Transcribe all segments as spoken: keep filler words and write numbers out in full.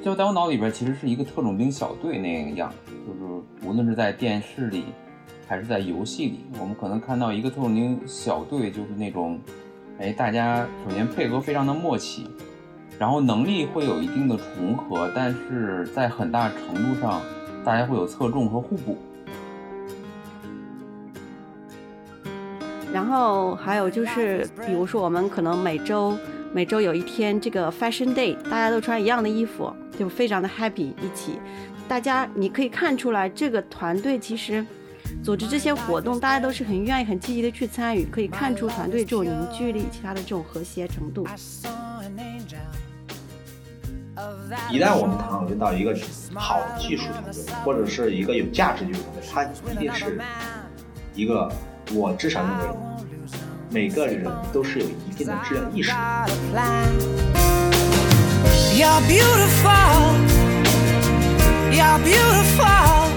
就在我脑里边其实是一个特种兵小队那个样，就是无论是在电视里还是在游戏里，我们可能看到一个特种兵小队，就是那种哎，大家首先配合非常的默契，然后能力会有一定的重合，但是在很大程度上大家会有侧重和互补。 然后还有就是比如说我们可能每周每周有一天这个 fashion day， 大家都穿一样的衣服，就非常的 happy 一起。大家你可以看出来这个团队其实组织这些活动大家都是很愿意很积极的去参与，可以看出团队这种凝聚力其他的这种和谐程度。 一旦我们谈论到一个好的技术团队或者是一个有价值技术团队，它一定是一个我至少认为每个人都是有一定的质量意识的。You're beautiful, you're beautiful,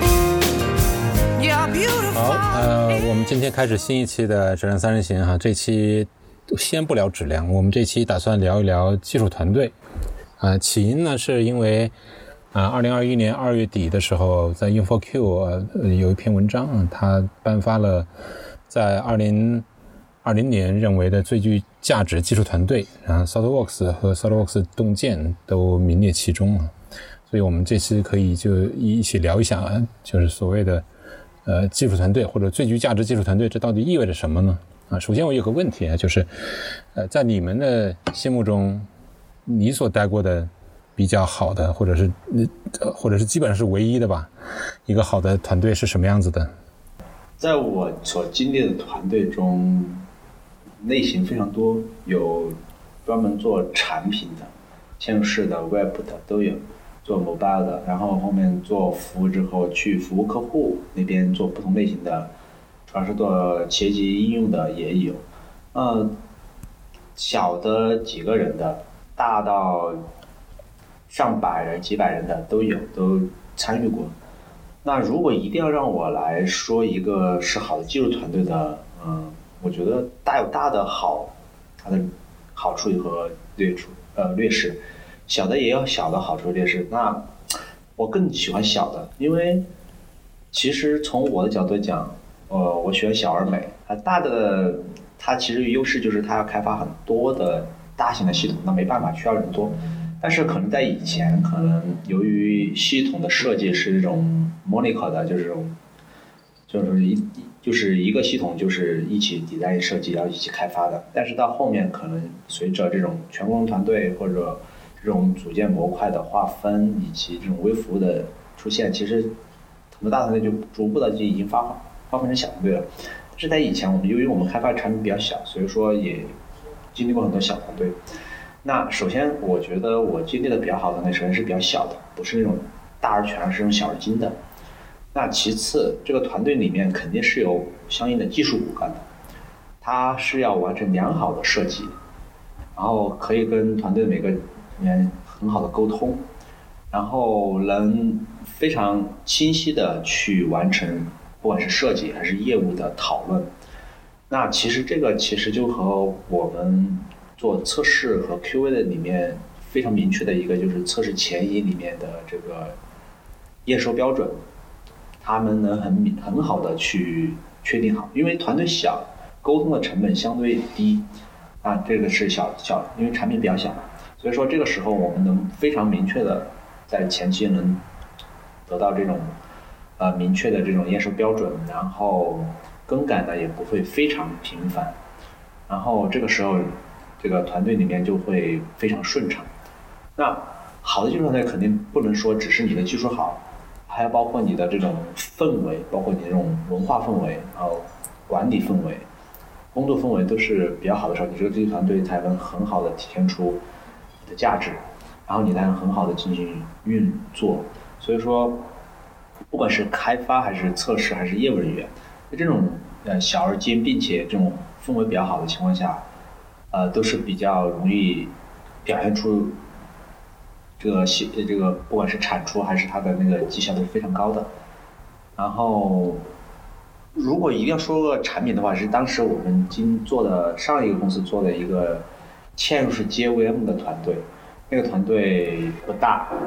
you're beautiful。 好，呃，我们今天开始新一期的质量三人行哈，这期先不聊质量，我们这期打算聊一聊技术团队。呃，起因呢是因为啊，二零二一年二月底的时候，在 I N F O Q 呃有一篇文章，啊，它颁发了在二零二零年认为的最具价值技术团队，然后 SolidWorks 和 SolidWorks 洞见都名列其中啊。所以我们这期可以就一起聊一下，就是所谓的呃技术团队或者最具价值技术团队，这到底意味着什么呢？啊，首先我有个问题啊，就是呃在你们的心目中，你所待过的比较好的，或者是呃或者是基本上是唯一的吧，一个好的团队是什么样子的？ 在我所经历的团队中，类型非常多，有专门做产品的、嵌入式的、Web 的都有，做 Mobile 的，然后后面做服务之后去服务客户那边做不同类型的，主要是做企业级应用的也有，呃，小的几个人的，大到上百人、几百人的都有，都参与过。那如果一定要让我来说一个是好的技术团队的，嗯，我觉得大有大的好，它的好处和劣处，呃，劣势，小的也有小的好处劣势。那我更喜欢小的，因为其实从我的角度讲，呃，我喜欢小而美。它大的，它其实优势就是它要开发很多的大型的系统，那没办法，需要人多。但是可能在以前，可能由于系统的设计是这种 monocle 的，就是这种，就是一就是一个系统就是一起 design 设计，然后一起开发的。但是到后面可能随着这种全工程团队或者这种组件模块的划分以及这种微服务的出现，其实很多大团队就逐步的就已经发划分成小团队了。但是在以前，我们由于我们开发的产品比较小，所以说也经历过很多小团队。那首先我觉得我经历的比较好的那首先是比较小的，不是那种大而全，而是那种小而精的。那其次这个团队里面肯定是有相应的技术骨干的，它是要完成良好的设计，然后可以跟团队每个人很好的沟通，然后能非常清晰的去完成不管是设计还是业务的讨论。那其实这个其实就和我们做测试和 Q A 的里面非常明确的一个就是测试前移里面的这个验收标准，他们能很很好的去确定好，因为团队小，沟通的成本相对低啊，这个是小小，因为产品比较小，所以说这个时候我们能非常明确的在前期能得到这种呃明确的这种验收标准，然后更改呢也不会非常频繁，然后这个时候这个团队里面就会非常顺畅。那好的技术团队肯定不能说只是你的技术好，还要包括你的这种氛围，包括你这种文化氛围，然后管理氛围、工作氛围都是比较好的时候，你这个技术团队才能很好的体现出你的价值，然后你才能很好的进行运作。所以说，不管是开发还是测试还是业务人员，在这种呃小而精并且这种氛围比较好的情况下，呃，都是比较容易表现出这个这个不管是产出还是它的那个绩效都是非常高的。然后，如果一定要说个产品的话，是当时我们经做的上一个公司做的一个嵌入式 J V M 的团队，那个团队不大，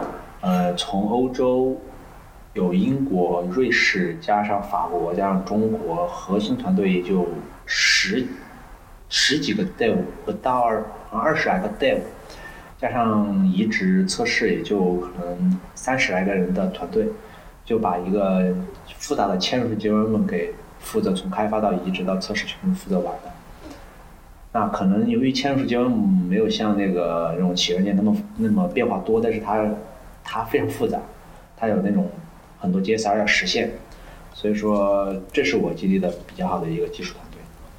呃，从欧洲有英国、瑞士，加上法国，加上中国，核心团队也就十十几个 dev， 不到二二十来个 dev， 加上移植测试，也就可能三十来个人的团队，就把一个复杂的嵌入式 J V M 给负责从开发到移植到测试全部负责完的。那可能由于嵌入式 J V M 没有像那个那种企业软件那么那么变化多，但是它它非常复杂，它有那种很多 J S R 要实现，所以说这是我经历的比较好的一个技术团队。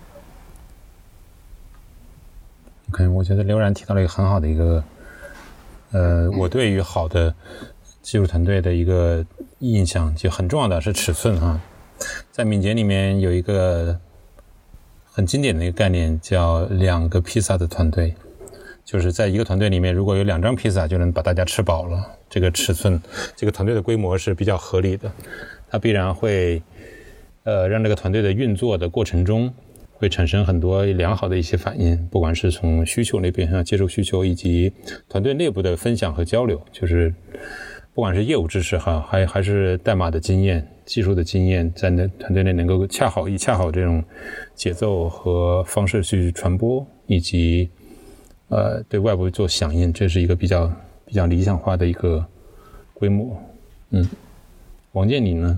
OK， 我觉得刘然提到了一个很好的一个，呃，我对于好的技术团队的一个印象，就很重要的是尺寸哈。在敏捷里面有一个很经典的一个概念叫两个披萨的团队，就是在一个团队里面如果有两张披萨就能把大家吃饱了，这个尺寸这个团队的规模是比较合理的，它必然会呃让这个团队的运作的过程中会产生很多良好的一些反应，不管是从需求那边上接受需求，以及团队内部的分享和交流，就是不管是业务知识哈，还还是代码的经验、技术的经验，在那团队内能够恰好以恰好这种节奏和方式去传播，以及呃对外部做响应，这是一个比较比较理想化的一个规模。嗯，王健你呢？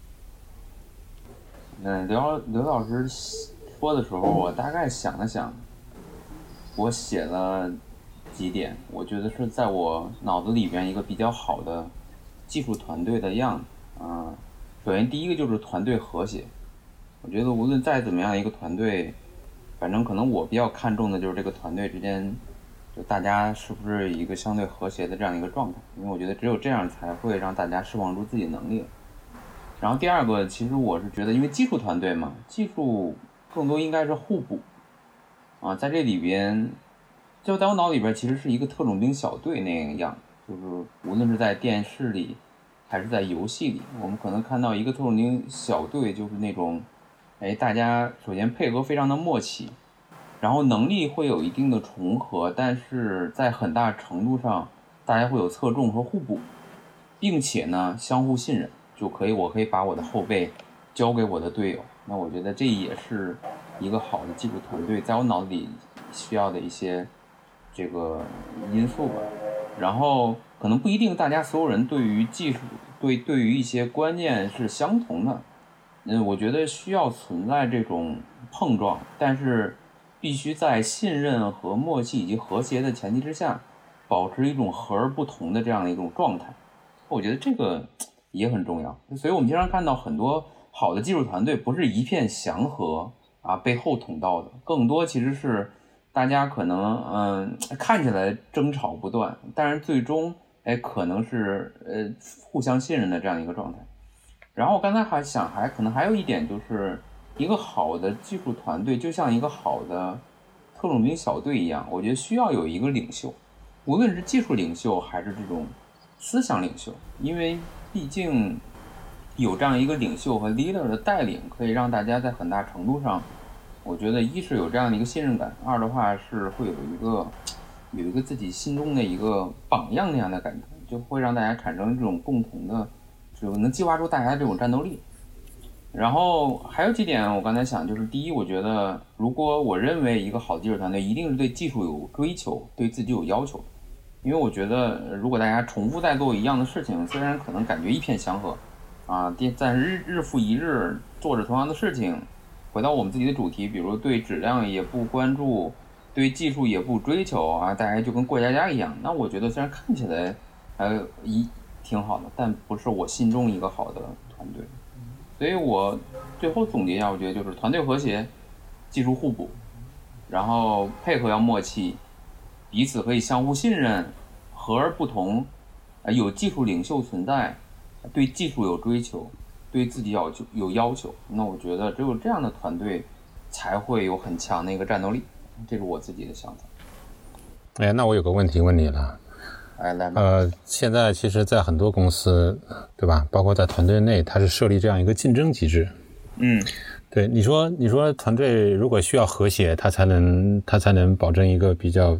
嗯，刘刘老师说的时候，我大概想了想，我写了几点，我觉得是在我脑子里边一个比较好的技术团队的样子啊、呃。首先第一个就是团队和谐，我觉得无论再怎么样的一个团队，反正可能我比较看重的就是这个团队之间，就大家是不是一个相对和谐的这样一个状态，因为我觉得只有这样才会让大家释放出自己的能力。然后第二个，其实我是觉得，因为技术团队嘛，技术更多应该是互补啊，在这里边。就在我脑里边其实是一个特种兵小队那样，就是无论是在电视里还是在游戏里，我们可能看到一个特种兵小队，就是那种哎大家首先配合非常的默契，然后能力会有一定的重合，但是在很大程度上大家会有侧重和互补，并且呢相互信任，就可以我可以把我的后备交给我的队友，那我觉得这也是一个好的技术团队在我脑子里需要的一些这个因素吧。然后可能不一定大家所有人对于技术对对于一些观念是相同的，嗯，我觉得需要存在这种碰撞，但是必须在信任和默契以及和谐的前提之下，保持一种和而不同的这样的一种状态，我觉得这个也很重要。所以我们经常看到很多好的技术团队不是一片祥和啊被后捅到的，更多其实是大家可能嗯、呃、看起来争吵不断，但是最终哎可能是呃互相信任的这样一个状态。然后我刚才还想还可能还有一点，就是一个好的技术团队就像一个好的特种兵小队一样，我觉得需要有一个领袖，无论是技术领袖还是这种思想领袖，因为毕竟有这样一个领袖和 leader 的带领，可以让大家在很大程度上，我觉得一是有这样的一个信任感，二的话是会有一个有一个自己心中的一个榜样那样的感觉，就会让大家产生这种共同的，就能激发出大家这种战斗力。然后还有几点我刚才想，就是第一，我觉得如果我认为一个好的技术团队一定是对技术有追求，对自己有要求，因为我觉得如果大家重复在做一样的事情，虽然可能感觉一片祥和啊，但日日复一日做着同样的事情，回到我们自己的主题，比如对质量也不关注，对技术也不追求啊，大家就跟过家家一样，那我觉得虽然看起来呃一挺好的，但不是我心中一个好的团队。所以我最后总结一下，我觉得就是团队和谐，技术互补，然后配合要默契，彼此可以相互信任，和而不同，有技术领袖存在，对技术有追求，对自己要求有要求，那我觉得只有这样的团队才会有很强的一个战斗力，这是我自己的想法。 哎，那我有个问题问你了。 哎，来吧。 呃，现在其实在很多公司，对吧？包括在团队内，它是设立这样一个竞争机制。 嗯， 对，你说，你说团队如果需要和谐，它才能，它才能保证一个比较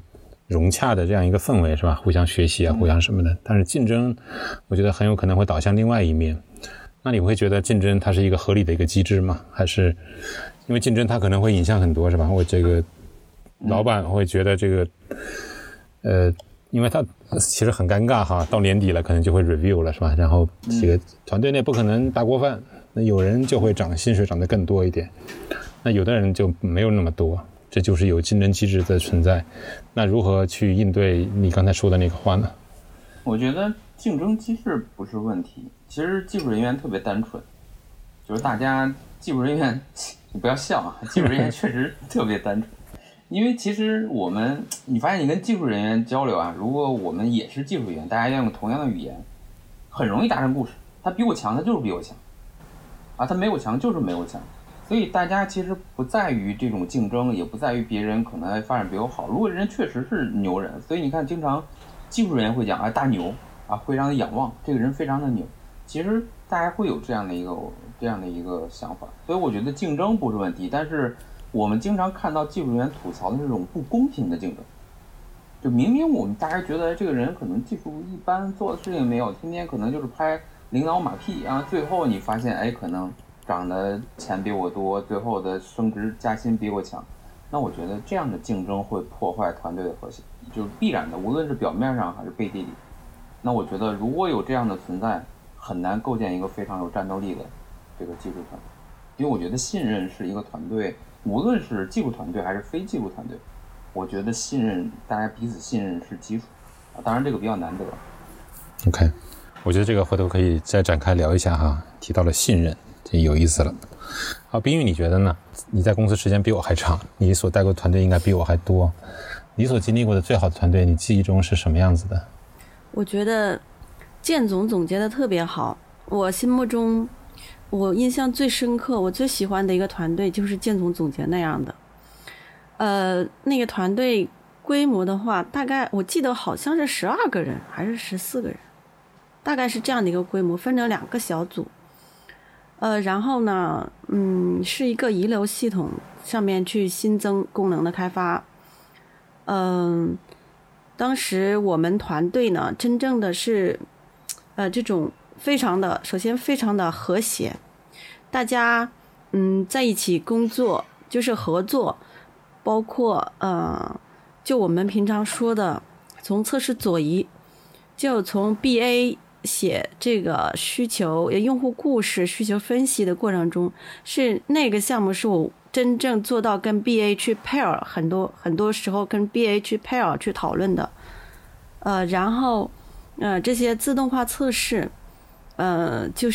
融洽的这样一个氛围，是吧？互相学习啊，互相什么的。但是竞争，我觉得很有可能会导向另外一面。那你会觉得竞争它是一个合理的一个机制吗？还是因为竞争它可能会影响很多，是吧？我这个老板会觉得这个，呃，因为他其实很尴尬哈，到年底了可能就会 review 了，是吧？然后这个团队内不可能大锅饭，那有人就会涨薪水涨得更多一点，那有的人就没有那么多，这就是有竞争机制的存在。那如何去应对你刚才说的那个话呢？ 我觉得竞争机制不是问题，其实技术人员特别单纯，就是大家技术人员，你不要笑啊，技术人员确实特别单纯。因为其实我们，你发现你跟技术人员交流啊，如果我们也是技术人员，大家用同样的语言，很容易达成共识。他比我强，他就是比我强，啊，他没我强就是没我强。所以大家其实不在于这种竞争，也不在于别人可能发展比我好。如果人确实是牛人，所以你看，经常技术人员会讲啊大牛啊，会让人仰望，这个人非常的牛。其实大家会有这样的一个这样的一个想法。所以我觉得竞争不是问题，但是我们经常看到技术人员吐槽的这种不公平的竞争。就明明我们大家觉得这个人可能技术一般，做的事情没有，天天可能就是拍领导马屁啊，最后你发现哎可能涨的钱比我多，最后的升职加薪比我强，那我觉得这样的竞争会破坏团队的和谐，就是必然的，无论是表面上还是背地里。那我觉得如果有这样的存在，很难构建一个非常有战斗力的这个技术团队。因为我觉得信任是一个团队，无论是技术团队还是非技术团队，我觉得信任，大家彼此信任是基础啊，当然这个比较难得。 OK， 我觉得这个回头可以再展开聊一下哈，提到了信任。这有意思了。好，冰玉你觉得呢？你在公司时间比我还长，你所带过的团队应该比我还多，你所经历过的最好的团队你记忆中是什么样子的？ 我觉得建总总结的特别好，我心目中我印象最深刻我最喜欢的一个团队就是建总总结那样的。呃，那个团队规模的话，大概我记得好像是十二个人还是十四个人，大概是这样的一个规模，分成两个小组。呃，然后呢，嗯，是一个遗留系统上面去新增功能的开发。嗯、呃，当时我们团队呢，真正的是，呃，这种非常的，首先非常的和谐，大家嗯在一起工作就是合作，包括呃，就我们平常说的，从测试左移，就从 B A。写这个需求用户故事需求分析的过程中，是那个项目是我真正做到跟 B A 去 pair， 很多很多时候跟 B A 去 pair 去讨论的。呃，然后呃这些自动化测试，呃就是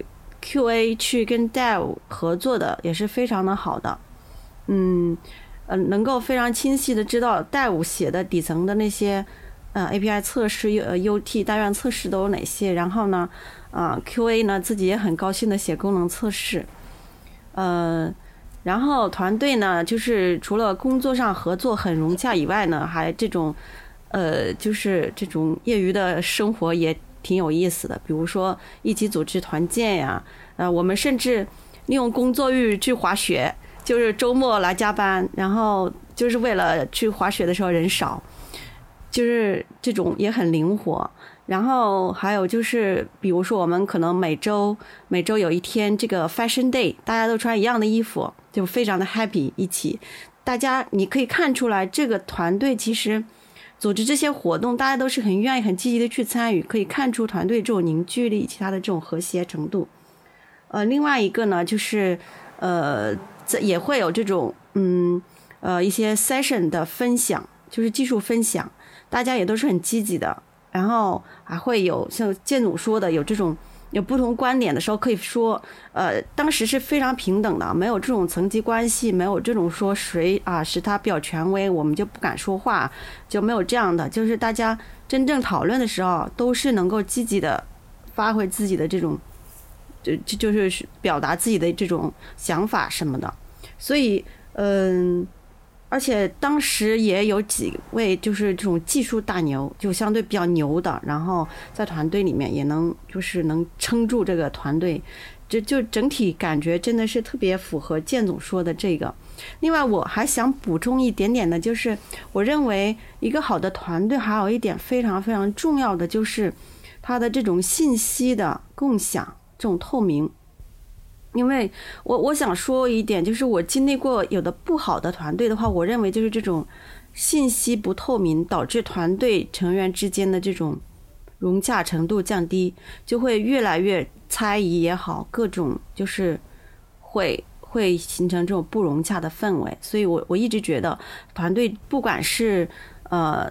Q A 去跟 Dev 合作的也是非常的好的。嗯呃能够非常清晰的知道 Dev 写的底层的那些呃 A P I 测试、呃 U T 大愿测试都有哪些？然后呢，啊、呃、Q A 呢自己也很高兴的写功能测试，呃，然后团队呢就是除了工作上合作很融洽以外呢，还这种呃就是这种业余的生活也挺有意思的，比如说一起组织团建呀，呃，我们甚至利用工作日去滑雪，就是周末来加班，然后就是为了去滑雪的时候人少。就是这种也很灵活，然后还有就是，比如说我们可能每周每周有一天这个 Fashion Day， 大家都穿一样的衣服，就非常的 happy 一起。大家你可以看出来，这个团队其实组织这些活动，大家都是很愿意、很积极的去参与，可以看出团队这种凝聚力、其他的这种和谐程度。呃，另外一个呢，就是呃，也会有这种嗯呃一些 session 的分享，就是技术分享。大家也都是很积极的，然后还会有像建总说的，有这种有不同观点的时候，可以说，呃，当时是非常平等的，没有这种层级关系，没有这种说谁啊是他比较权威，我们就不敢说话，就没有这样的，就是大家真正讨论的时候，都是能够积极的发挥自己的这种，就就是表达自己的这种想法什么的，所以，嗯。而且当时也有几位就是这种技术大牛，就相对比较牛的，然后在团队里面也能就是能撑住这个团队， 这就整体感觉真的是特别符合建总说的这个。另外我还想补充一点点的，就是我认为一个好的团队还有一点非常非常重要的，就是它的这种信息的共享，这种透明。因为我我想说一点，就是我经历过有的不好的团队的话，我认为就是这种信息不透明，导致团队成员之间的这种融洽程度降低，就会越来越猜疑也好，各种就是会会形成这种不融洽的氛围。所以我我一直觉得团队不管是呃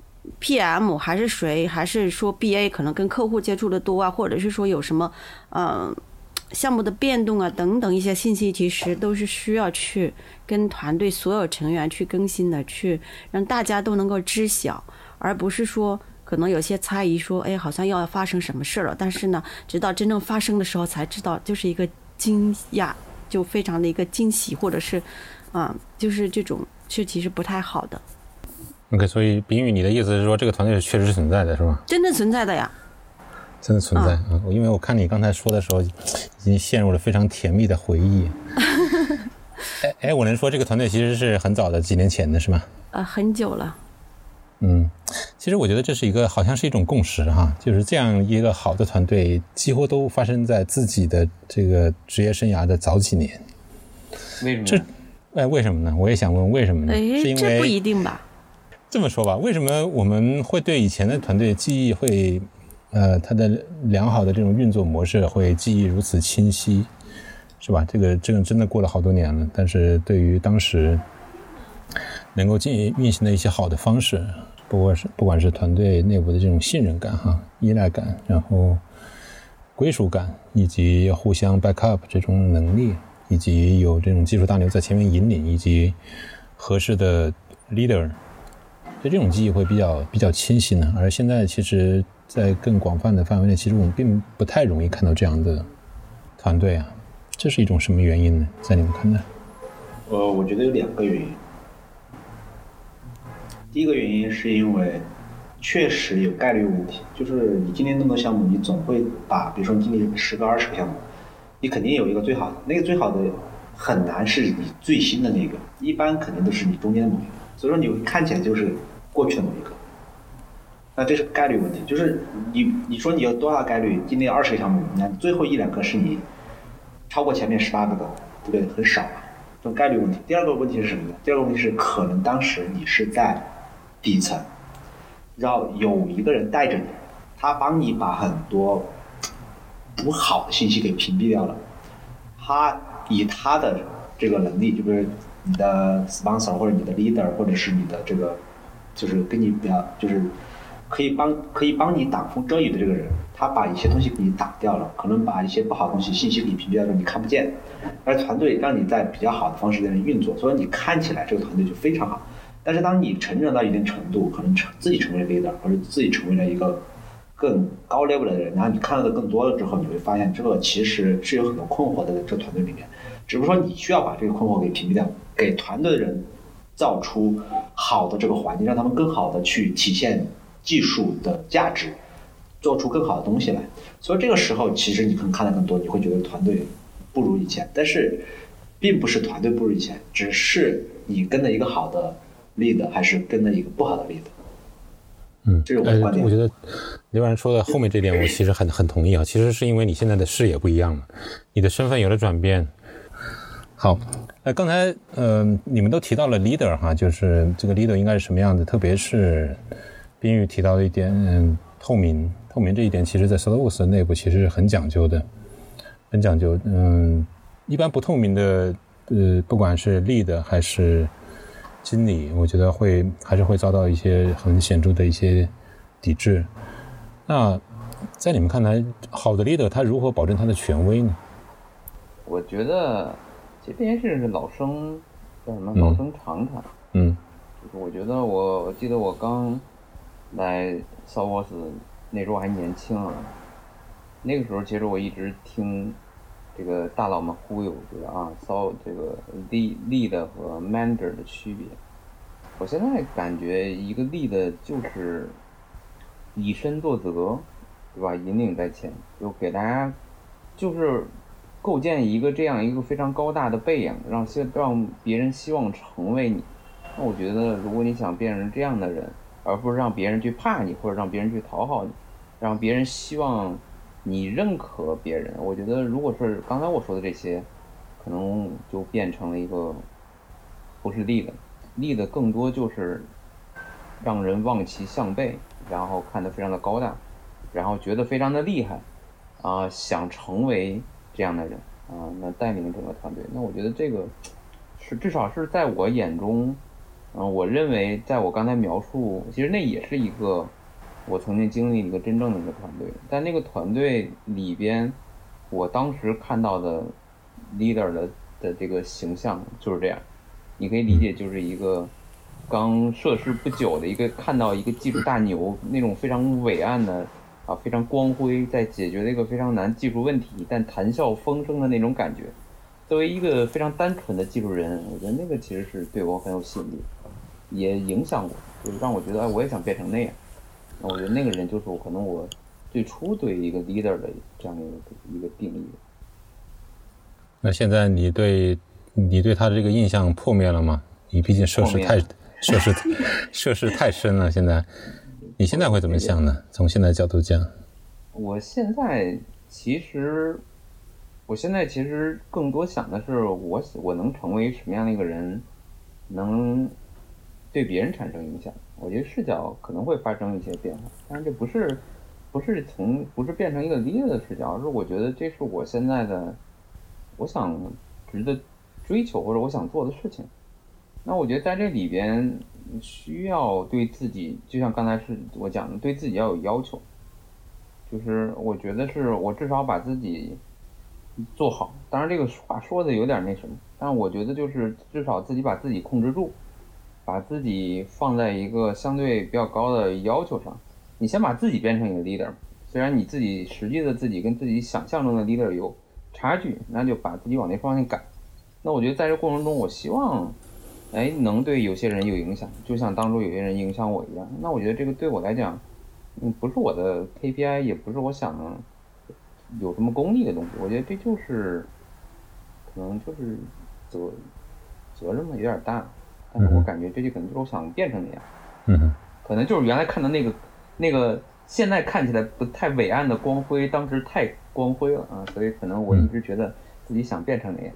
P M 还是谁，还是说 B A 可能跟客户接触的多啊，或者是说有什么呃项目的变动啊等等一些信息，其实都是需要去跟团队所有成员去更新的，去让大家都能够知晓，而不是说可能有些猜疑说哎好像要发生什么事了，但是呢直到真正发生的时候才知道，就是一个惊讶，就非常的一个惊喜，或者是啊、嗯、就是这种是其实不太好的。 OK， 所以冰雨你的意思是说这个团队确实是存在的是吧？ 真的存在的呀， 真的存在啊、嗯！因为我看你刚才说的时候已经陷入了非常甜蜜的回忆。哎哎，我能说这个团队其实是很早的，几年前的是吗？ 呃很久了。 嗯，其实我觉得这是一个好像是一种共识哈，就是这样一个好的团队几乎都发生在自己的这个职业生涯的早几年。 为什么？ 这哎为什么呢？我也想问为什么呢？ 哎， 是因为这不一定吧？ 这么说吧，为什么我们会对以前的团队记忆会呃它的良好的这种运作模式会记忆如此清晰，是吧？这个这个真的过了好多年了，但是对于当时能够进运行的一些好的方式，不管是不管是团队内部的这种信任感哈、依赖感，然后归属感，以及互相 backup 这种能力，以及有这种技术大牛在前面引领，以及合适的 leader， 所以这种记忆会比较比较清晰呢。而现在其实在更广泛的范围内，其实我们并不太容易看到这样的团队啊，这是一种什么原因呢？在你们看来？ 呃，我觉得有两个原因。第一个原因是因为确实有概率问题，就是你今天那么多项目，你总会把，比如说你经历十个、二十个项目，你肯定有一个最好的，那个最好的很难是你最新的那个，一般肯定都是你中间的某一个，所以说你会看起来就是过去的某一个。那这是概率问题，就是你你说你有多大概率经历二十个项目，那最后一两个是你超过前面十八个的，对不对？很少嘛，这种概率问题。第二个问题是什么呢？第二个问题是可能当时你是在底层，然后有一个人带着你，他帮你把很多不好的信息给屏蔽掉了，他以他的这个能力，就是你的 sponsor 或者你的 leader 或者是你的这个就是跟你比较就是可以帮可以帮你挡风遮雨的这个人，他把一些东西给你挡掉了，可能把一些不好的东西信息给你屏蔽掉了，你看不见，而团队让你在比较好的方式在那运作，所以你看起来这个团队就非常好。但是当你成长到一定程度，可能成自己成为了 leader， 或者自己成为了一个更高 level 的人，然后你看到的更多了之后，你会发现这个其实是有很多困惑的在这个团队里面，只不过说你需要把这个困惑给屏蔽掉，给团队的人造出好的这个环境，让他们更好的去体现技术的价值，做出更好的东西来。所以这个时候其实你可能看得更多，你会觉得团队不如以前，但是并不是团队不如以前，只是你跟了一个好的leader还是跟了一个不好的leader。 嗯， 这是我的观点。 我觉得刘然说的后面这点，我其实很很同意啊。其实是因为你现在的视野不一样了，你的身份有了转变。好，呃，刚才呃你们都提到了 leader 哈，就是这个 leader 应该是什么样的，特别是冰玉提到的一点，嗯，透明，透明这一点，其实在 Solarworks 内部其实是很讲究的，很讲究。嗯，一般不透明的，呃，不管是 leader 还是经理，我觉得会还是会遭到一些很显著的一些抵制。那在你们看来，好的 leader 他如何保证他的权威呢？ 我觉得这件事是老生叫什么？老生常谈。 嗯， 就是我觉得我我记得我刚来 Solarworks 那时候还年轻啊，那个时候其实我一直听这个大佬们忽悠，觉得啊 ，so 这个 lead lead 和 manager 的区别。我现在感觉一个 lead 就是以身作则，对吧？引领在前，就给大家就是构建一个这样一个非常高大的背影，让让别人希望成为你。那我觉得，如果你想变成这样的人，而不是让别人去怕你，或者让别人去讨好你，让别人希望你认可别人，我觉得如果是刚才我说的这些，可能就变成了一个不是立的，立的更多就是让人望其项背，然后看得非常的高大，然后觉得非常的厉害，啊、呃，想成为这样的人啊、呃，那带领整个团队，那我觉得这个是至少是在我眼中，嗯、呃，我认为在我刚才描述，其实那也是一个我曾经经历一个真正的一个团队，但那个团队里边，我当时看到的 leader 的的这个形象就是这样，你可以理解就是一个刚涉世不久的一个看到一个技术大牛那种非常伟岸的啊非常光辉，在解决了一个非常难技术问题但谈笑风生的那种感觉。作为一个非常单纯的技术人，我觉得那个其实是对我很有吸引力，也影响我，就是让我觉得哎我也想变成那样。那我觉得那个人就是我可能我最初对一个 leader 的这样一个一个定义。 那现在你对你对他的这个印象破灭了吗？你毕竟涉世太涉世涉世太深了，现在你现在会怎么想呢？从现在角度讲， 我现在其实我现在其实更多想的是我我能成为什么样的一个人，能对别人产生影响。我觉得视角可能会发生一些变化，但是这不是不是从不是变成一个 leader 的视角，而是我觉得这是我现在的我想值得追求或者我想做的事情。那我觉得在这里边需要对自己，就像刚才是我讲的，对自己要有要求，就是我觉得是我至少把自己做好。当然这个话说的有点那什么，但我觉得就是至少自己把自己控制住，把自己放在一个相对比较高的要求上。你先把自己变成一个 leader， 虽然你自己实际的自己跟自己想象中的 leader 有差距，那就把自己往那方向赶。那我觉得在这过程中，我希望哎能对有些人有影响，就像当初有些人影响我一样。那我觉得这个对我来讲，嗯，不是我的 K P I， 也不是我想有什么功利的东西。我觉得这就是可能就是责责任嘛有点大，但是我感觉这就可能就是我想变成那样。 嗯， 可能就是原来看到那个那个现在看起来不太伟岸的光辉，当时太光辉了啊，所以可能我一直觉得自己想变成那样。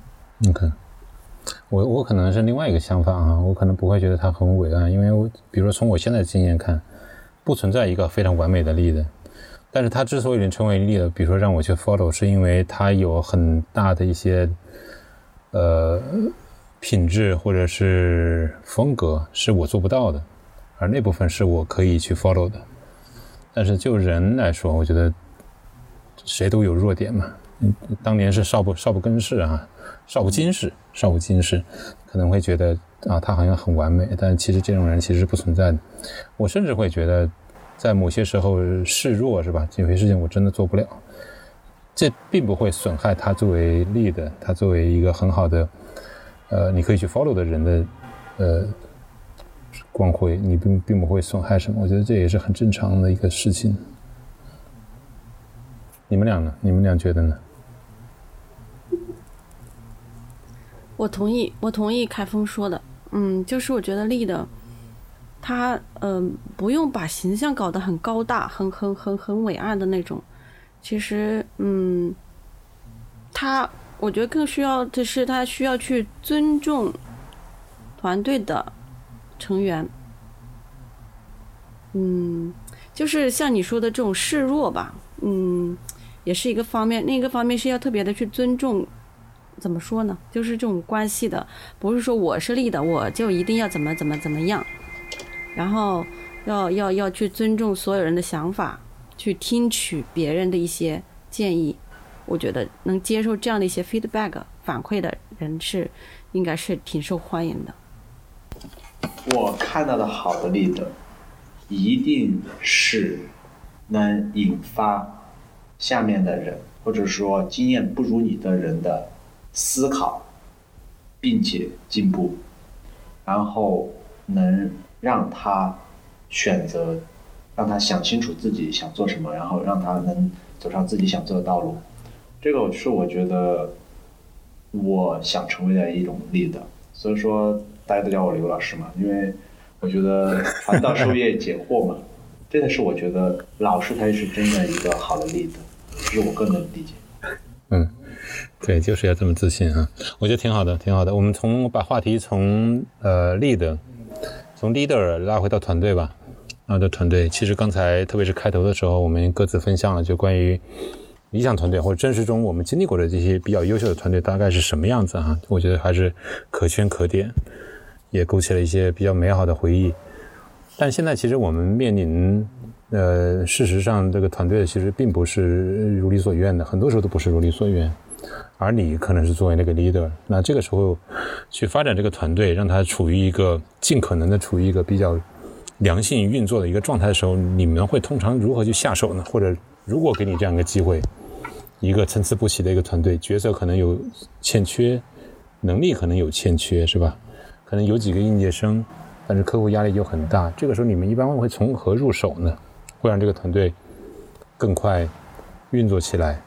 OK， 我我可能是另外一个想法啊，我可能不会觉得它很伟岸，因为我比如说从我现在的经验看，不存在一个非常完美的 leader， 但是他之所以能成为 leader， 比如说让我去 follow， 是因为他有很大的一些呃品质或者是风格是我做不到的，而那部分是我可以去 follow 的。但是就人来说，我觉得谁都有弱点嘛。当年是少不少不更事啊，少不经事，少不经事，可能会觉得啊，他好像很完美，但其实这种人其实是不存在的。我甚至会觉得，在某些时候示弱是吧？有些事情我真的做不了，这并不会损害他作为 lead， 他作为一个很好的，呃，你可以去 follow 的人的，呃，光辉，你并并不会损害什么。我觉得这也是很正常的一个事情。你们俩呢？你们俩觉得呢？ 我同意，我同意凯峰说的，嗯，就是我觉得立的，他嗯、呃、不用把形象搞得很高大、很很很很伟岸的那种，其实嗯，他我觉得更需要的是他需要去尊重团队的成员，嗯，就是像你说的这种示弱吧，嗯，也是一个方面，另一个方面是要特别的去尊重。怎么说呢？就是这种关系的，不是说我是立的，我就一定要怎么怎么怎么样，然后要要要去尊重所有人的想法，去听取别人的一些建议。我觉得能接受这样的一些 feedback 反馈的人是应该是挺受欢迎的。 我看到的好的leader，一定是能引发下面的人，或者说经验不如你的人的思考，并且进步，然后能让他选择，让他想清楚自己想做什么，然后让他能走上自己想做的道路。 这个是我觉得我想成为的一种 leader， 所以说大家都叫我刘老师嘛，因为我觉得传道授业解惑嘛，这个是我觉得老师才是真的一个好的 leader， 这是我个人的理解。 嗯，对，就是要这么自信啊，我觉得挺好的，挺好的。我们从把话题从呃 leader， 从 leader 拉回到团队吧。啊，的团队，其实刚才特别是开头的时候，我们各自分享了就关于理想团队或者真实中我们经历过的这些比较优秀的团队大概是什么样子啊？我觉得还是可圈可点，也勾起了一些比较美好的回忆。但现在其实我们面临，呃，事实上这个团队其实并不是如你所愿的，很多时候都不是如你所愿。而你可能是作为那个 leader， 那这个时候去发展这个团队，让它处于一个尽可能的处于一个比较良性运作的一个状态的时候，你们会通常如何去下手呢？或者如果给你这样一个机会，一个参差不齐的一个团队，角色可能有欠缺，能力可能有欠缺，是吧？可能有几个应届生，但是客户压力就很大，这个时候你们一般会从何入手呢？会让这个团队更快运作起来？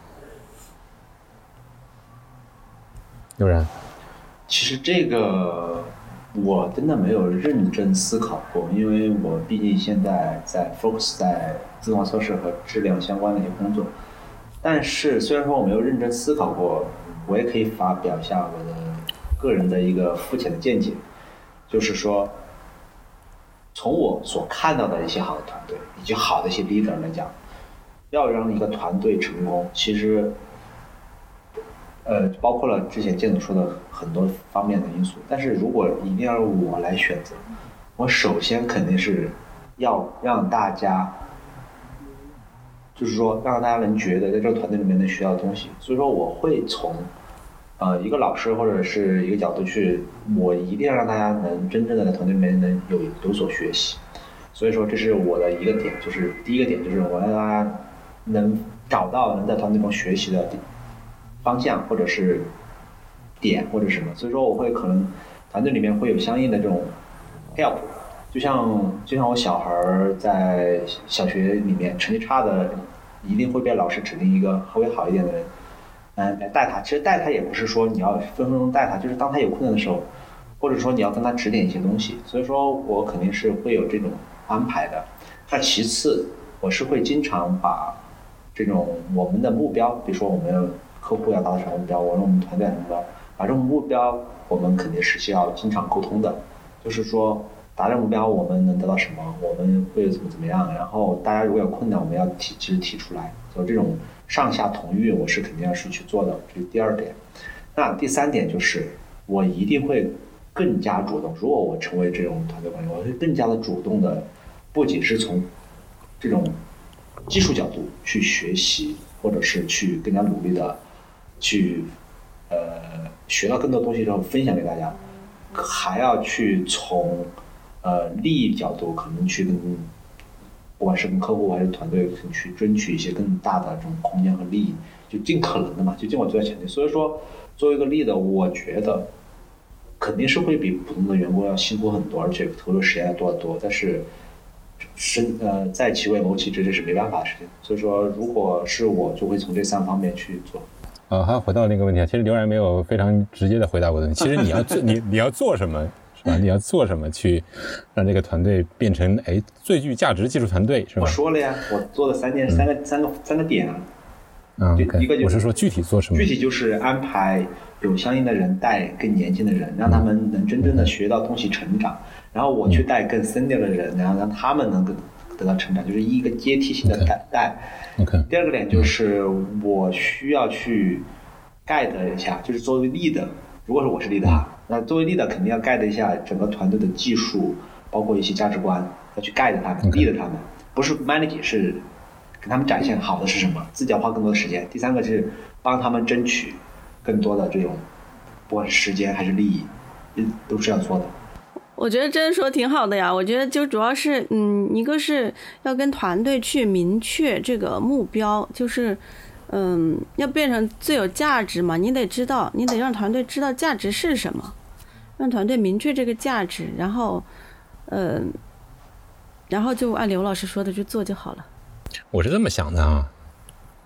悠然， 其实这个我真的没有认真思考过，因为我毕竟现在在 focus 在自动化测试和质量相关的一些工作。但是虽然说我没有认真思考过，我也可以发表一下我的个人的一个肤浅的见解，就是说，从我所看到的一些好的团队以及好的一些 leader 来讲，要让一个团队成功，其实。呃，包括了之前建总说的很多方面的因素，但是如果一定要我来选择，我首先肯定是要让大家，就是说让大家能觉得在这个团队里面能学到东西，所以说我会从呃一个老师或者是一个角度去，我一定要让大家能真正的在团队里面能有有所学习，所以说这是我的一个点，就是第一个点就是我让大家能找到能在团队中学习的方向或者是点或者什么，所以说我会可能团队里面会有相应的这种 help， 就像就像我小孩在小学里面成绩差的，一定会被老师指定一个稍微好一点的人，嗯，来带他。其实带他也不是说你要分分钟带他，就是当他有困难的时候，或者说你要跟他指点一些东西。所以说我肯定是会有这种安排的。那其次，我是会经常把这种我们的目标，比如说我们客户要达到什么目标，我们团队的目标，把这种目标我们肯定是需要经常沟通的，就是说达成目标我们能得到什么，我们会怎么怎么样，然后大家如果有困难我们要提及时提出来，所以这种上下同欲我是肯定要是去做的，这是第二点。那第三点就是我一定会更加主动，如果我成为这种团队管理，我会更加的主动的，不仅是从这种技术角度去学习，或者是去更加努力的去呃学到更多东西之后分享给大家，还要去从呃利益角度可能去跟不管是跟客户还是团队去争取一些更大的这种空间和利益，就尽可能的嘛，就尽我最大潜力。所以说作为一个 leader， 我觉得肯定是会比普通的员工要辛苦很多，而且投入时间要多得多，但是身呃在其位谋其职，这是没办法的事情。所以说如果是我就会从这三方面去做。 呃，还回到那个问题啊，其实刘然没有非常直接的回答我的问题。其实你要做你你要做什么，是吧？你要做什么去让这个团队变成哎最具价值技术团队，是吧？ 我说了呀，我做了三件、嗯、三个三个三个点啊。 嗯， 就一个就是我是说具体做什么？ 具体就是安排有相应的人带更年轻的人，让他们能真正的学到东西成长，嗯、然后我去带更 senior 的人，然后让他们能够得到成长，就是一个阶梯性的带带。 Okay. 第二个点就是我需要去 guide 一下，就是作为 leader， 如果说我是 leader，、嗯、那作为 leader 肯定要 guide 一下整个团队的技术，包括一些价值观，要去 guide 他们 ，lead 他们，不是 manage， 是跟他们展现好的是什么，自己要花更多的时间。第三个是帮他们争取更多的这种，不管是时间还是利益，都是要做的。 我觉得真说挺好的呀，我觉得就主要是嗯，一个是要跟团队去明确这个目标，就是嗯，要变成最有价值嘛，你得知道，你得让团队知道价值是什么，让团队明确这个价值，然后嗯，然后就按刘老师说的去做就好了。 我是这么想的啊，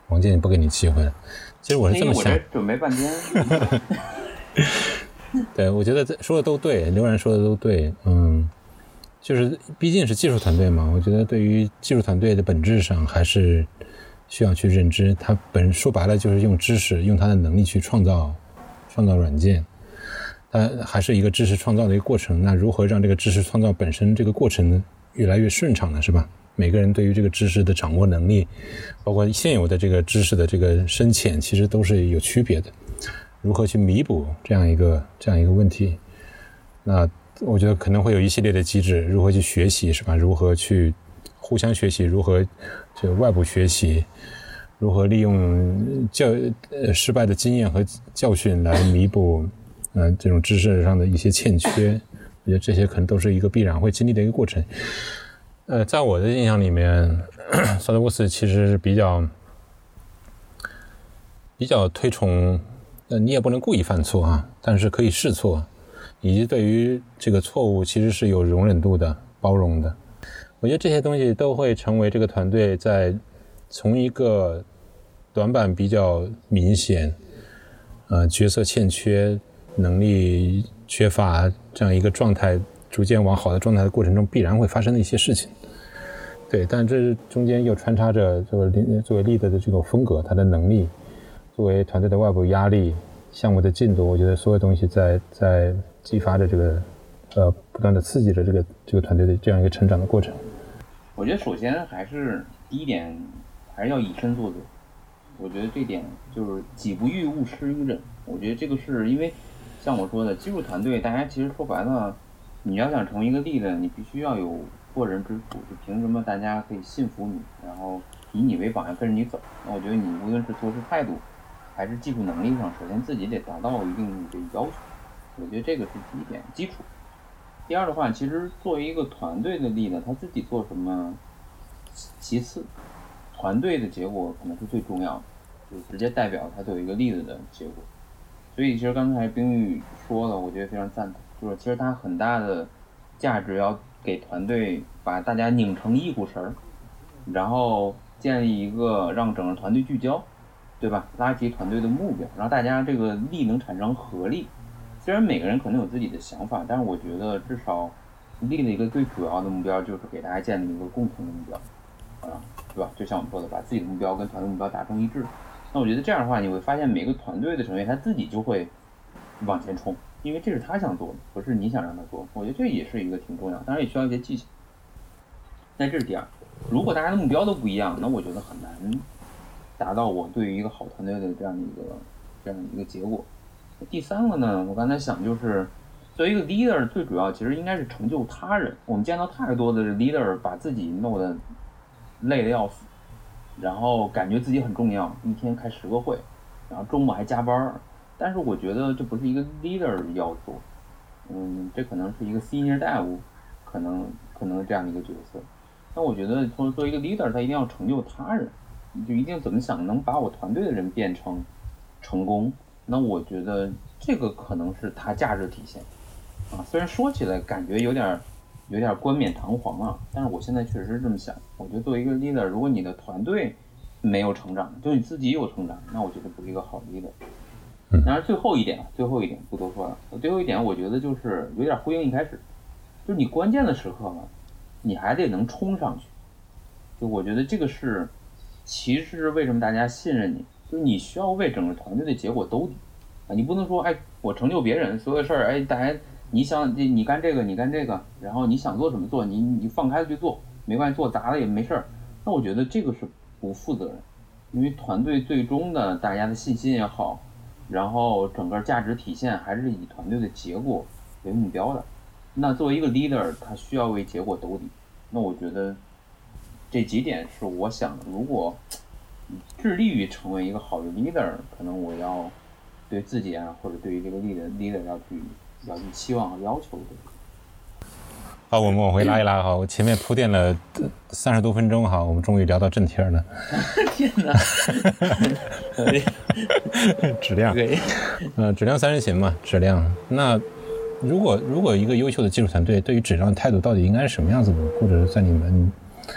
王健不给你机会了。其实我是这么想， 我这准备半天。 对，我觉得说的都对，刘然说的都对，嗯，就是毕竟是技术团队嘛，我觉得对于技术团队的本质上还是需要去认知，它本说白了就是用知识，用它的能力去创造创造软件，它还是一个知识创造的一个过程。那如何让这个知识创造本身这个过程越来越顺畅呢？是吧？每个人对于这个知识的掌握能力，包括现有的这个知识的这个深浅，其实都是有区别的。如何去弥补这样一个这样一个问题？那我觉得可能会有一系列的机制，如何去学习，是吧？如何去互相学习？如何就外部学习？如何利用教呃失败的经验和教训来弥补呃这种知识上的一些欠缺？我觉得这些可能都是一个必然会经历的一个过程。呃，在我的印象里面，萨德沃斯其实是比较比较推崇，呃，你也不能故意犯错啊，但是可以试错，以及对于这个错误其实是有容忍度的、包容的。我觉得这些东西都会成为这个团队在从一个短板比较明显、呃，角色欠缺、能力缺乏这样一个状态，逐渐往好的状态的过程中必然会发生的一些事情。对，但这中间又穿插着作为作为 leader 的这种风格，他的能力，作为团队的外部压力、项目的进度，我觉得所有东西在在激发着这个呃不断的刺激着这个这个团队的这样一个成长的过程。 我觉得首先还是第一点，还是要以身作则。我觉得这点就是己不欲，勿施于人。我觉得这个是因为像我说的，技术团队大家其实说白了，你要想成为一个 leader， 你必须要有过人之处，就凭什么大家可以信服你，然后以你为榜样跟着你走？那我觉得你无论是做事态度，还是技术能力上，首先自己得达到一定的要求。我觉得这个是第一点基础。第二的话，其实作为一个团队的 leader， 他自己做什么其次，团队的结果可能是最重要的，就直接代表他有一个 leader 的结果。所以其实刚才冰玉说了，我觉得非常赞同，就是其实他很大的价值要给团队把大家拧成一股绳儿，然后建立一个让整个团队聚焦，对吧？拉起团队的目标，让大家这个力能产生合力。虽然每个人可能有自己的想法，但是我觉得至少立了一个最主要的目标，就是给大家建立一个共同的目标，啊，对吧？就像我们说的，把自己的目标跟团队目标达成一致。那我觉得这样的话，你会发现每个团队的成员他自己就会往前冲，因为这是他想做的，不是你想让他做。我觉得这也是一个挺重要，当然也需要一些技巧。那这是第二，如果大家的目标都不一样，那我觉得很难达到我对于一个好团队的这样的一个这样的一个结果。第三个呢，我刚才想就是作为一个 leader， 最主要其实应该是成就他人。我们见到太多的 leader 把自己弄得累得要死，然后感觉自己很重要，一天开十个会，然后周末还加班。但是我觉得这不是一个 leader 要做，嗯，这可能是一个 senior dev 可能可能这样的一个角色。那我觉得作为一个 leader， 他一定要成就他人，就一定怎么想能把我团队的人变成成功。那我觉得这个可能是他价值体现啊，虽然说起来感觉有点有点冠冕堂皇啊，但是我现在确实是这么想。我觉得作为一个 leader， 如果你的团队没有成长，就你自己有成长，那我觉得不是一个好 leader。当然最后一点，最后一点不多说了。最后一点，我觉得就是有点呼应一开始，就是你关键的时刻嘛，你还得能冲上去。就我觉得这个是，其实为什么大家信任你。就是你需要为整个团队的结果兜底啊，你不能说哎，我成就别人所有事儿，哎，大家你想你干这个你干这个，然后你想做什么做，你你放开了去做，没关系，做砸了也没事儿。那我觉得这个是不负责任，因为团队最终的大家的信心也好，然后整个价值体现还是以团队的结果为目标的。那作为一个 leader， 他需要为结果兜底。那我觉得这几点是我想，如果致力于成为一个好的 leader， 可能我要对自己啊，或者对于这个 leader leader 要去要去期望和要求的。 好，我们往回拉一拉哈，我前面铺垫了三十多分钟哈，我们终于聊到正题了。 天哪！ 质量，呃，质量三人行嘛，质量。那如果如果一个优秀的技术团队对于质量的态度到底应该是什么样子的，或者是在你们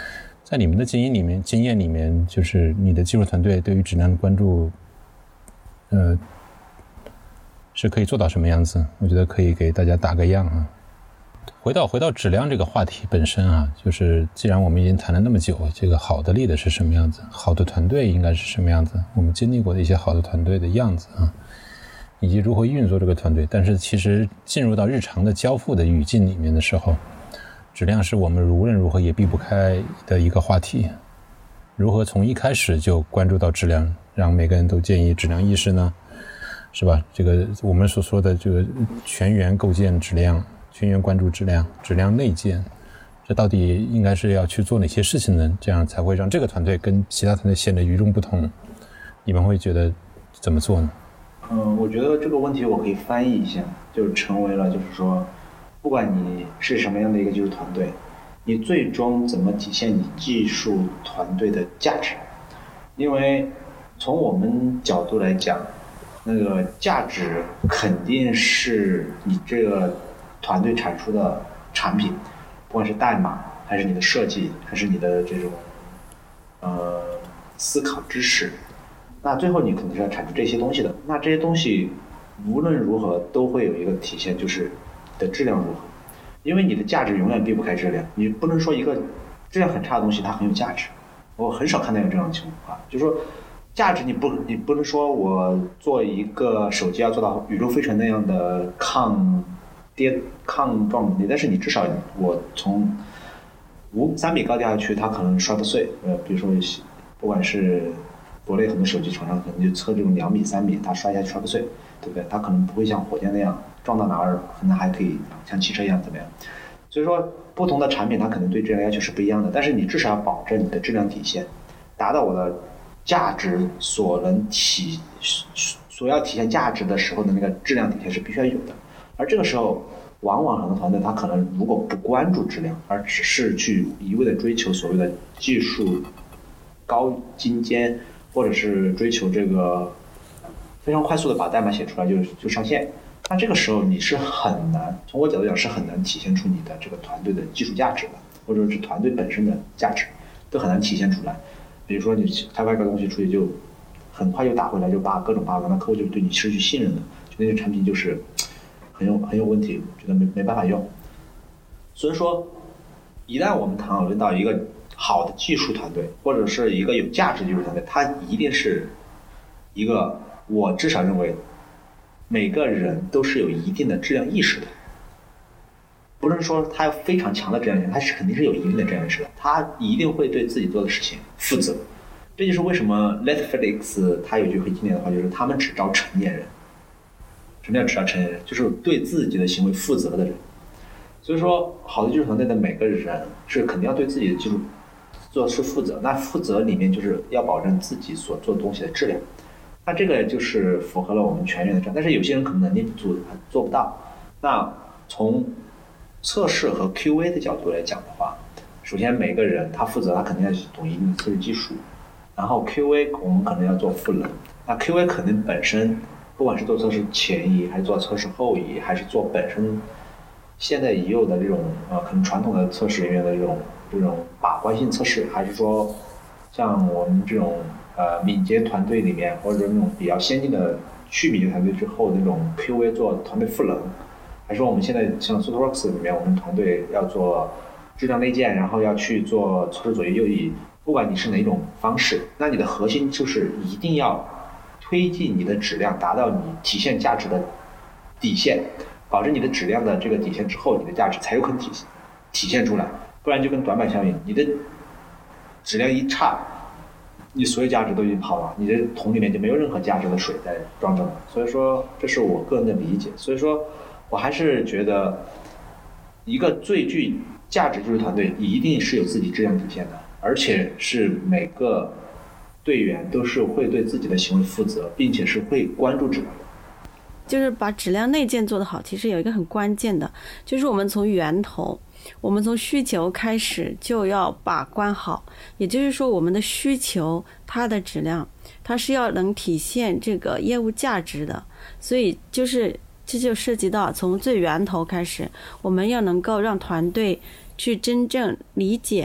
在你们的经验里面，经验里面，就是你的技术团队对于质量的关注，呃，是可以做到什么样子？我觉得可以给大家打个样啊。回到回到质量这个话题本身啊，就是既然我们已经谈了那么久，这个好的 lead 是什么样子，好的团队应该是什么样子，我们经历过的一些好的团队的样子啊，以及如何运作这个团队。但是其实进入到日常的交付的语境里面的时候，质量是我们无论如何也避不开的一个话题。如何从一开始就关注到质量，让每个人都建议质量意识呢？是吧？这个我们所说的这个全员构建质量，全员关注质量，质量内建，这到底应该是要去做哪些事情呢？这样才会让这个团队跟其他团队显得与众不同。你们会觉得怎么做呢？ 嗯，我觉得这个问题我可以翻译一下，就成为了就是说，不管你是什么样的一个技术团队，你最终怎么体现你技术团队的价值？因为从我们角度来讲，那个价值肯定是你这个团队产出的产品，不管是代码还是你的设计，还是你的这种呃思考知识，那最后你肯定是要产出这些东西的。那这些东西无论如何都会有一个体现，就是你的质量如何。因为你的价值永远避不开质量，你不能说一个质量很差的东西它很有价值，我很少看到有这样的情况。就是说价值你不你不能说我做一个手机要做到宇宙飞船那样的抗跌抗撞能力，但是你至少我从五三米高掉下去，它可能摔不碎。呃，比如说不管是国内很多手机厂商可能就测这种两米三米，它摔下去摔不碎，对不对？它可能不会像火箭那样撞到哪儿，可能还可以像汽车一样怎么样。所以说不同的产品它可能对质量要求是不一样的，但是你至少要保证你的质量体现，达到我的价值所能体所要体现价值的时候的那个质量体现是必须要有的。而这个时候往往很多团队他可能如果不关注质量，而只是去一味的追求所谓的技术高精尖，或者是追求这个非常快速的把代码写出来就就上线，那这个时候你是很难，从我角度讲是很难体现出你的这个团队的技术价值的，或者是团队本身的价值都很难体现出来。比如说你开发一个东西出去就很快就打回来，就把各种 bug， 那客户就对你失去信任了，就那个产品就是很有很有问题，觉得没没办法用。所以说一旦我们讨论到一个好的技术团队，或者是一个有价值的技术团队，它一定是一个，我至少认为每个人都是有一定的质量意识的，不是说他有非常强的质量意识，他是肯定是有一定的质量意识的，他一定会对自己做的事情负责。这就是为什么 Netflix 他有句很经典的话，就是他们只招成年人。什么叫只招成年人？就是对自己的行为负责的人。所以说好的技术团队的每个人是肯定要对自己的技术做事负责，那负责里面就是要保证自己所做的东西的质量，那这个就是符合了我们全员的质量。但是有些人可能能力不足，做不到。那从测试和 Q A 的角度来讲的话，首先每个人他负责，他肯定要懂一定的测试技术，然后 Q A 我们可能要做赋能。那 Q A 可能本身不管是做测试前移，还是做测试后移，还是做本身现在已有的这种呃可能传统的测试人员的这种这种把关性测试，还是说像我们这种呃敏捷团队里面，或者那种比较先进的去敏捷团队之后的那种 Q A 做团队赋能，还是说我们现在像 SuperWorks 里面我们团队要做质量内建，然后要去做测试左右右移，不管你是哪种方式，那你的核心就是一定要推进你的质量达到你体现价值的底线，保证你的质量的这个底线之后，你的价值才有可能体体现出来，不然就跟短板效应，你的质量一差，你所有价值都已经跑了，你的桶里面就没有任何价值的水在装着了。所以说这是我个人的理解。所以说我还是觉得一个最具价值技术团队一定是有自己质量体现的，而且是每个队员都是会对自己的行为负责，并且是会关注质量的。 就是把质量内建做得好，其实有一个很关键的，就是我们从源头，我们从需求开始就要把关好。也就是说我们的需求它的质量，它是要能体现这个业务价值的。所以就是这就涉及到从最源头开始，我们要能够让团队去真正理解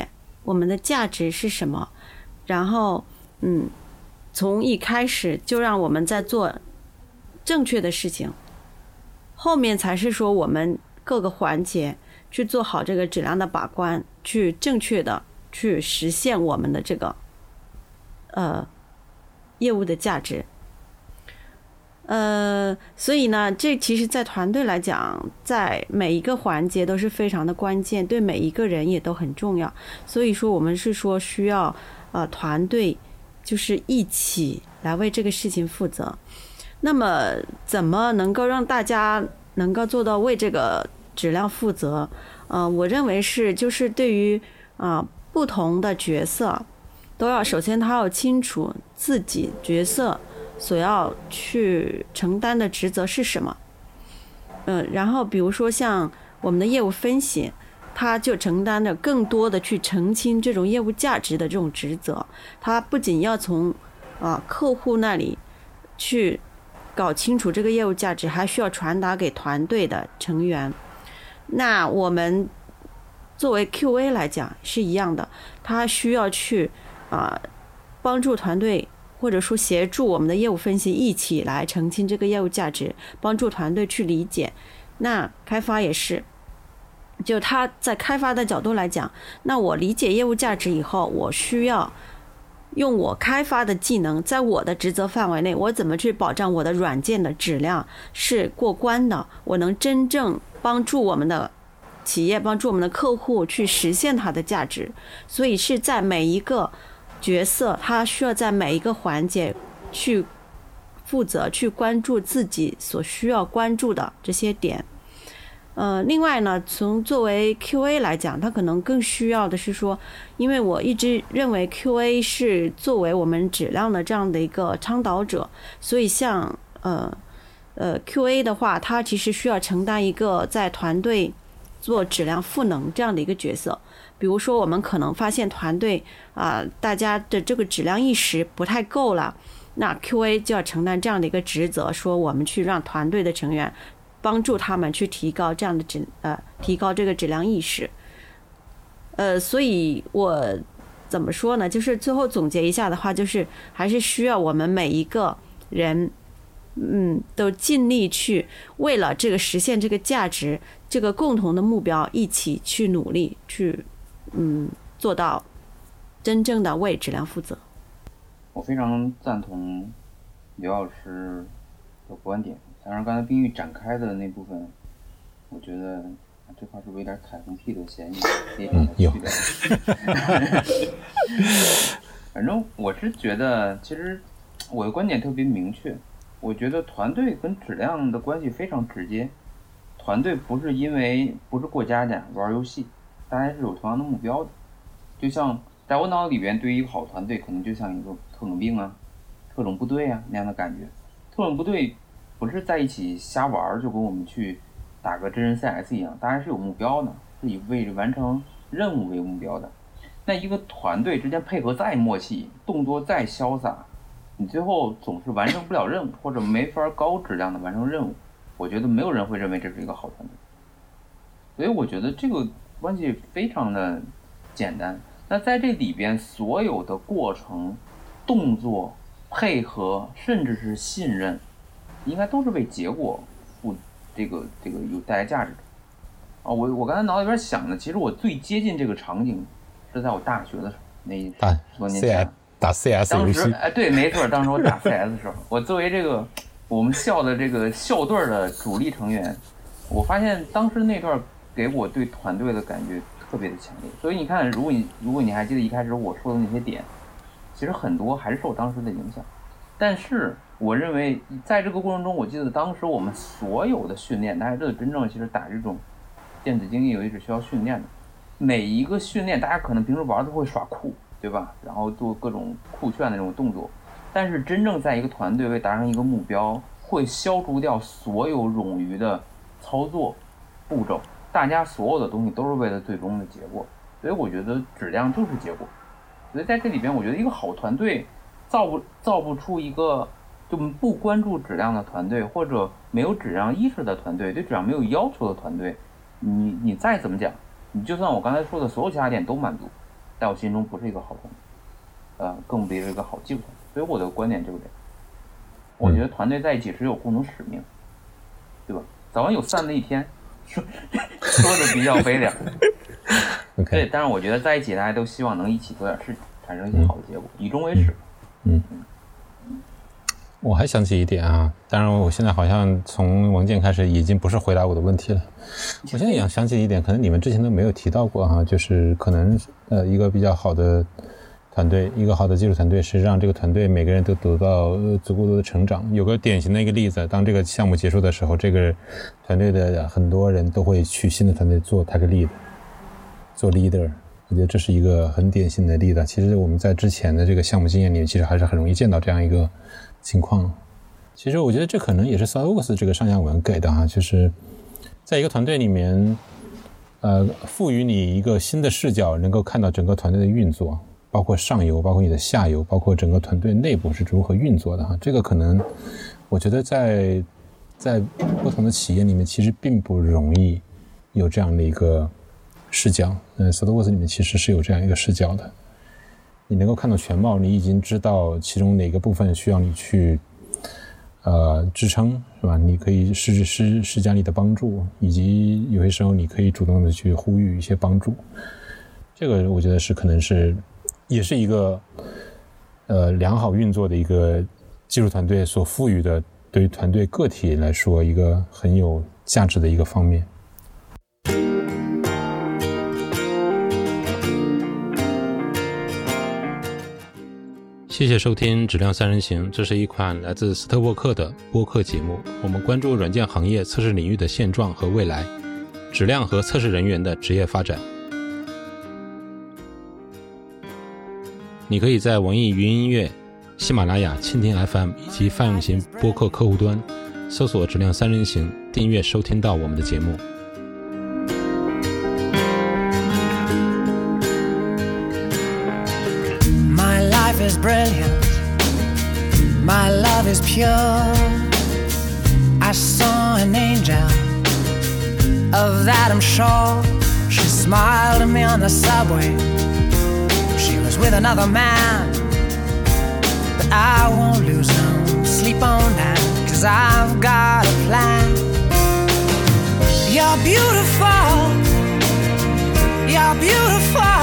我们的价值是什么，然后嗯，从一开始就让我们在做正确的事情，后面才是说我们各个环节去做好这个质量的把关，去正确的去实现我们的这个呃业务的价值。呃，所以呢，这其实在团队来讲，在每一个环节都是非常的关键，对每一个人也都很重要。所以说我们是说需要呃团队就是一起来为这个事情负责。那么怎么能够让大家能够做到为这个质量负责？呃，我认为是就是对于啊、呃、不同的角色都要首先他要清楚自己角色所要去承担的职责是什么。嗯、呃，然后比如说像我们的业务分析，他就承担着更多的去澄清这种业务价值的这种职责。他不仅要从啊、呃、客户那里去搞清楚这个业务价值，还需要传达给团队的成员。那我们作为 Q A 来讲是一样的，他需要去啊、呃、帮助团队，或者说协助我们的业务分析一起来澄清这个业务价值，帮助团队去理解。那开发也是，就他在开发的角度来讲，那我理解业务价值以后，我需要用我开发的技能，在我的职责范围内，我怎么去保障我的软件的质量是过关的，我能真正帮助我们的企业，帮助我们的客户去实现它的价值。所以是在每一个角色，他需要在每一个环节去负责，去关注自己所需要关注的这些点。呃，另外呢，从作为 Q A 来讲，他可能更需要的是说，因为我一直认为 Q A 是作为我们质量的这样的一个倡导者，所以像呃呃 Q A 的话，他其实需要承担一个在团队做质量赋能这样的一个角色。比如说，我们可能发现团队啊、呃，大家的这个质量意识不太够了，那 Q A 就要承担这样的一个职责，说我们去让团队的成员帮助他们去提高这样的质呃提高这个质量意识。呃，所以我怎么说呢？就是最后总结一下的话，就是还是需要我们每一个人，嗯，都尽力去为了这个实现这个价值，这个共同的目标，一起去努力，去嗯做到真正的为质量负责。 我非常赞同刘老师的观点。当然，刚才冰玉展开的那部分，我觉得这块是不是有点彩虹屁的嫌疑？可以把它去掉。反正我是觉得，其实我的观点特别明确。我觉得团队跟质量的关系非常直接。团队不是因为不是过家家玩游戏，大家是有同样的目标的。就像在我脑里边，对于一个好团队，可能就像一个特种兵啊、特种部队啊那样的感觉。特种部队不是在一起瞎玩，就跟我们去打个真人 C S 一样，大家是有目标的，是以为完成任务为目标的。那一个团队之间配合再默契，动作再潇洒，你最后总是完成不了任务，或者没法高质量的完成任务，我觉得没有人会认为这是一个好团队。所以我觉得这个关系非常的简单。那在这里边所有的过程、动作、配合，甚至是信任，应该都是为结果负这个这个有带来价值的。啊，我我刚才脑里边想的，其实我最接近这个场景是在我大学的时候，那十多年前打 C S 游戏。 当时哎，对，没错，当时我打 C S 的时候，我作为这个我们校的这个校队的主力成员，我发现当时那段给我对团队的感觉特别的强烈。所以你看，如果你如果你还记得一开始我说的那些点，其实很多还是受当时的影响。但是我认为在这个过程中，我记得当时我们所有的训练，大家知道真正其实打这种电子竞技游戏是需要训练的。每一个训练，大家可能平时玩都会耍酷，对吧？然后做各种酷炫的那种动作。但是真正在一个团队为达成一个目标，会消除掉所有冗余的操作步骤，大家所有的东西都是为了最终的结果。所以我觉得质量就是结果。所以在这里边，我觉得一个好团队造不造不出一个就不关注质量的团队，或者没有质量意识的团队，对质量没有要求的团队，你你再怎么讲，你就算我刚才说的所有其他点都满足， 在我心中不是一个好团队，呃，更别是一个好技术团队。所以我的观点就是这样，我觉得团队在一起是有共同使命，对吧？早晚有散的一天，说说的比较悲凉。 Okay. 对，但是我觉得在一起大家都希望能一起做点事情，产生一些好的结果，嗯、以终为始。 嗯。嗯，我还想起一点啊，当然我现在好像从王健开始已经不是回答我的问题了。我现在也想起一点，可能你们之前都没有提到过哈、啊，就是可能呃一个比较好的团队，一个好的技术团队是让这个团队每个人都得到足够多的成长。有个典型的一个例子，当这个项目结束的时候，这个团队的很多人都会去新的团队做 tech lead， 做 leader。我觉得这是一个很典型的例子。其实我们在之前的这个项目经验里面，其实还是很容易见到这样一个情况。其实我觉得这可能也是 SolidWorks 这个上下文给的哈，就是在一个团队里面，呃，赋予你一个新的视角，能够看到整个团队的运作，包括上游，包括你的下游，包括整个团队内部是如何运作的哈。这个可能我觉得在在不同的企业里面，其实并不容易有这样的一个视角。嗯 SolidWorks 里面其实是有这样一个视角的，你能够看到全貌，你已经知道其中哪个部分需要你去呃支撑，是吧？你可以施施施加你的帮助，以及有些时候你可以主动的去呼吁一些帮助。这个我觉得是可能是也是一个呃良好运作的一个技术团队所赋予的，对于团队个体来说一个很有价值的一个方面。谢谢收听质量三人行，这是一款来自斯特沃克的播客节目。我们关注软件行业测试领域的现状和未来，质量和测试人员的职业发展。你可以在网易云音乐、喜马拉雅、蜻蜓 F M 以及泛用型播客客户端搜索质量三人行，订阅收听到我们的节目。 Is brilliant, my love is pure. I saw an angel, of that I'm sure. She smiled at me on the subway. She was with another man, but I won't lose no sleep on that, 'cause I've got a plan. You're beautiful, you're beautiful.